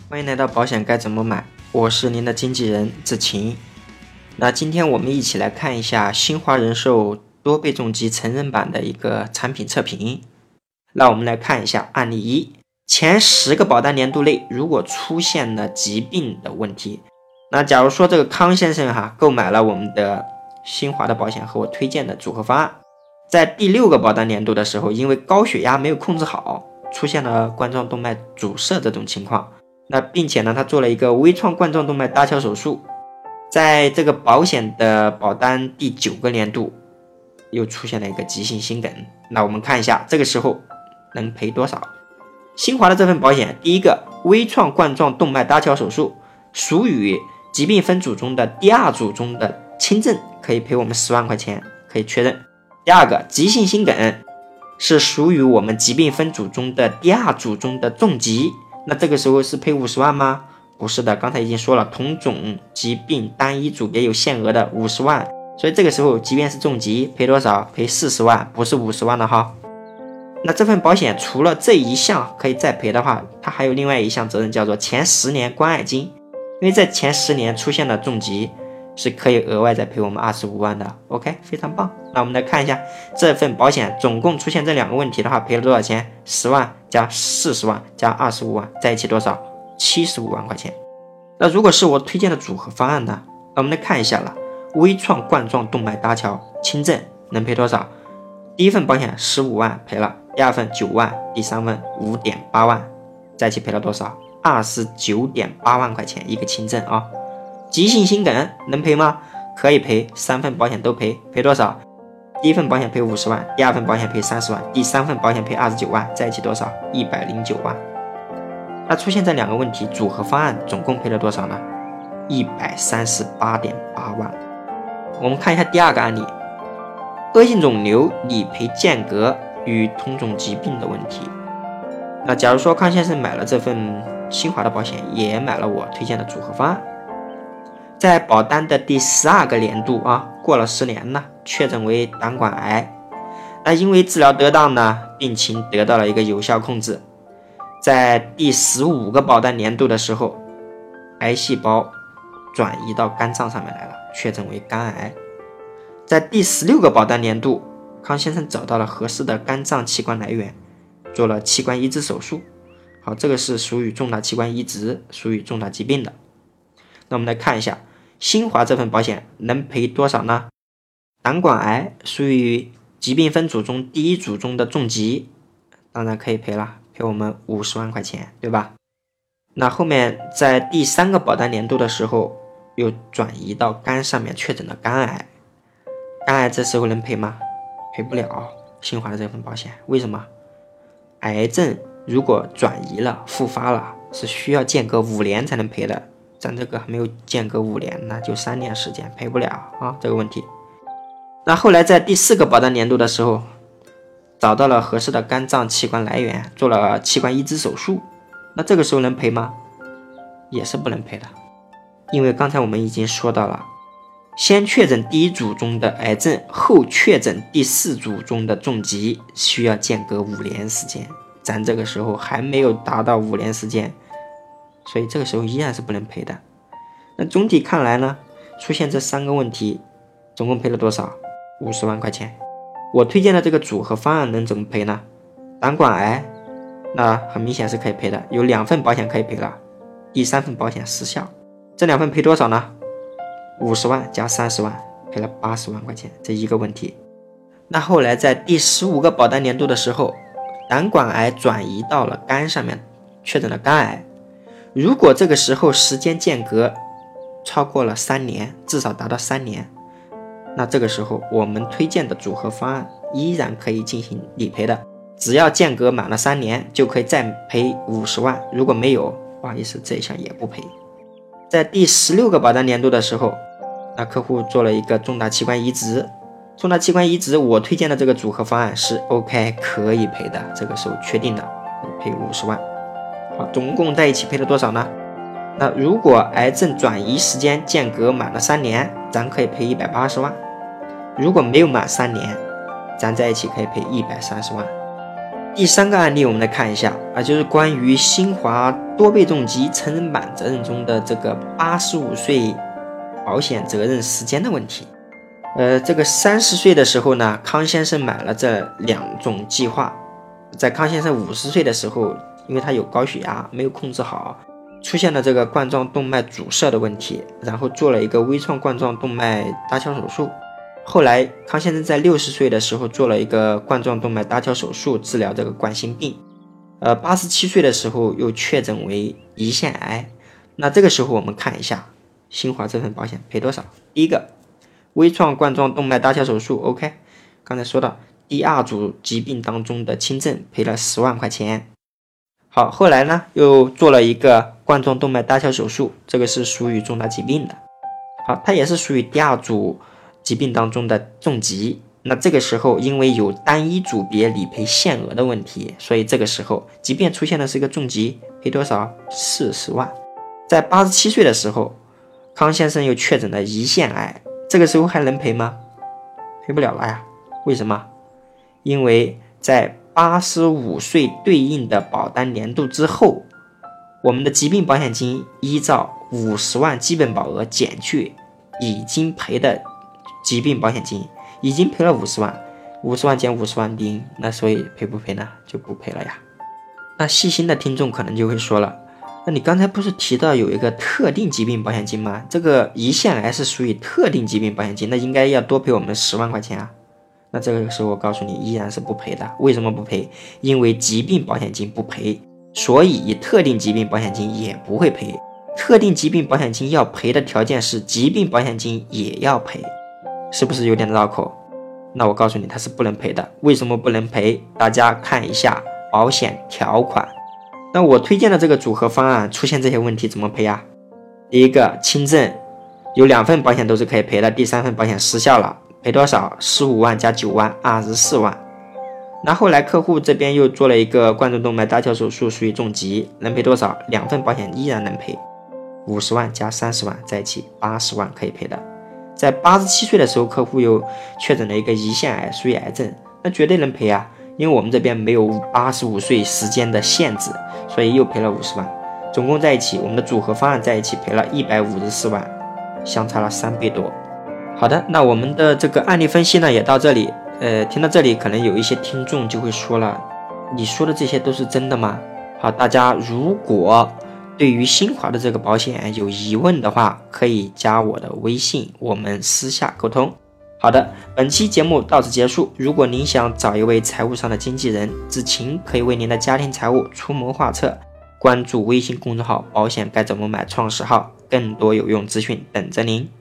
欢迎来到保险该怎么买，我是您的经纪人志勤。那今天我们一起来看一下新华人寿多倍重疾成人版的一个产品测评。那我们来看一下案例一，前10个保单年度内如果出现了疾病的问题，那假如说这个康先生购买了我们的新华的保险和我推荐的组合方案，在第6个保单年度的时候，因为高血压没有控制好，出现了冠状动脉阻塞这种情况，那并且呢他做了一个微创冠状动脉搭桥手术，在这个保险的保单第9个年度又出现了一个急性心梗。那我们看一下这个时候能赔多少。新华的这份保险，第一个微创冠状动脉搭桥手术属于疾病分组中的第2组中的轻症，可以赔我们10万块钱，可以确认。第二个急性心梗是属于我们疾病分组中的第2组中的重疾，那这个时候是赔50万吗？不是的，刚才已经说了，同种疾病单一组别有限额的50万，所以这个时候即便是重疾赔多少？赔40万，不是50万的哈。那这份保险除了这一项可以再赔的话，它还有另外一项责任，叫做前10年关爱金，因为在前10年出现了重疾是可以额外再赔我们25万的。 OK， 非常棒。那我们来看一下这份保险总共出现这2个问题的话，赔了多少钱？10万加40万加25万，在一起多少？75万块钱。那如果是我推荐的组合方案呢？那我们来看一下了，微创冠状动脉搭桥轻症能赔多少？第一份保险15万赔了，第2份9万，第3份5.8万，在一起赔了多少？29.8万块钱一个轻症啊。急性心梗能赔吗？可以赔，3份保险都赔，赔多少？第一份保险赔50万，第2份保险赔30万，第3份保险赔29万，在一起多少？109万。那出现这2个问题，组合方案总共赔了多少呢？138.8万。我们看一下第2个案例，恶性肿瘤理赔间隔与同种疾病的问题。那假如说康先生买了这份新华的保险，也买了我推荐的组合方案，在保单的第12个年度过了10年了，确诊为胆管癌。那因为治疗得当呢，病情得到了一个有效控制，在第15个保单年度的时候，癌细胞转移到肝脏上面来了，确诊为肝癌。在第16个保单年度，康先生找到了合适的肝脏器官来源，做了器官移植手术。好，这个是属于重大器官移植，属于重大疾病的。那我们来看一下新华这份保险能赔多少呢？胆管癌属于疾病分组中第1组中的重疾，当然可以赔了，赔我们50万块钱，对吧？那后面在第3个保单年度的时候，又转移到肝上面，确诊了肝癌。肝癌这时候能赔吗？赔不了，新华的这份保险。为什么？癌症如果转移了复发了，是需要间隔5年才能赔的，咱这个还没有间隔5年，那就3年时间，赔不了这个问题。那后来在第4个保单年度的时候，找到了合适的肝脏器官来源，做了器官移植手术，那这个时候能赔吗？也是不能赔的，因为刚才我们已经说到了，先确诊第1组中的癌症，后确诊第4组中的重疾，需要间隔5年时间，咱这个时候还没有达到5年时间，所以这个时候依然是不能赔的。那总体看来呢，出现这3个问题，总共赔了多少？50万块钱。我推荐的这个组合方案能怎么赔呢？胆管癌那很明显是可以赔的，有2份保险可以赔了，第3份保险失效。这2份赔多少呢？50万加30万，赔了80万块钱，这一个问题。那后来在第15个保单年度的时候，胆管癌转移到了肝上面，确诊了肝癌。如果这个时候时间间隔超过了3年，至少达到3年，那这个时候我们推荐的组合方案依然可以进行理赔的，只要间隔满了3年就可以再赔50万，如果没有，不好意思，这一项也不赔。在第16个保单年度的时候，那客户做了一个重大器官移植，重大器官移植我推荐的这个组合方案是 OK 可以赔的，这个时候确定的，赔50万。好，总共在一起赔了多少呢？那如果癌症转移时间间隔满了3年，咱可以赔180万，如果没有满3年，咱在一起可以赔130万。 第3个案例我们来看一下就是关于新华多倍重疾成人版责任中的这个85岁保险责任时间的问题。这个30岁的时候呢，康先生买了这2种计划。在康先生50岁的时候，因为他有高血压没有控制好，出现了这个冠状动脉阻塞的问题，然后做了一个微创冠状动脉搭桥手术。后来康先生在60岁的时候做了一个冠状动脉搭桥手术治疗这个冠心病。87岁的时候又确诊为胰腺癌。那这个时候我们看一下新华这份保险赔多少。第一个微创冠状动脉搭桥手术 OK， 刚才说到第2组疾病当中的轻症赔了10万块钱。好，后来呢又做了一个冠状动脉搭桥手术，这个是属于重大疾病的。好，它也是属于第2组疾病当中的重疾。那这个时候因为有单一组别理赔限额的问题，所以这个时候即便出现的是一个重疾，赔多少？40万。在87岁的时候，康先生又确诊了胰腺癌，这个时候还能赔吗？赔不了了呀。为什么？因为在85岁对应的保单年度之后，我们的疾病保险金依照50万基本保额减去已经赔的疾病保险金，已经赔了50万，50万减50万零，那所以赔不赔呢？就不赔了呀。那细心的听众可能就会说了，那你刚才不是提到有一个特定疾病保险金吗？这个胰腺癌是属于特定疾病保险金，那应该要多赔我们10万块钱啊。那这个时候我告诉你依然是不赔的。为什么不赔？因为疾病保险金不赔，所以特定疾病保险金也不会赔。特定疾病保险金要赔的条件是疾病保险金也要赔，是不是有点绕口？那我告诉你它是不能赔的。为什么不能赔？大家看一下保险条款。那我推荐的这个组合方案出现这些问题怎么赔啊？第一个轻症有2份保险都是可以赔的，第3份保险失效了，赔多少？15万加9万，24万。那后来客户这边又做了一个冠状动脉搭桥手术，属于重疾，能赔多少？2份保险依然能赔，50万加30万在一起80万可以赔的。在87岁的时候，客户又确诊了一个胰腺癌，属于癌症，那绝对能赔啊，因为我们这边没有85岁时间的限制，所以又赔了50万。总共在一起，我们的组合方案在一起赔了154万，相差了3倍多。好的，那我们的这个案例分析呢也到这里。听到这里可能有一些听众就会说了，你说的这些都是真的吗？好，大家如果对于新华的这个保险有疑问的话，可以加我的微信，我们私下沟通。好的，本期节目到此结束。如果您想找一位财务上的经纪人，志勤可以为您的家庭财务出谋划策。关注微信公众号保险该怎么买创始号，更多有用资讯等着您。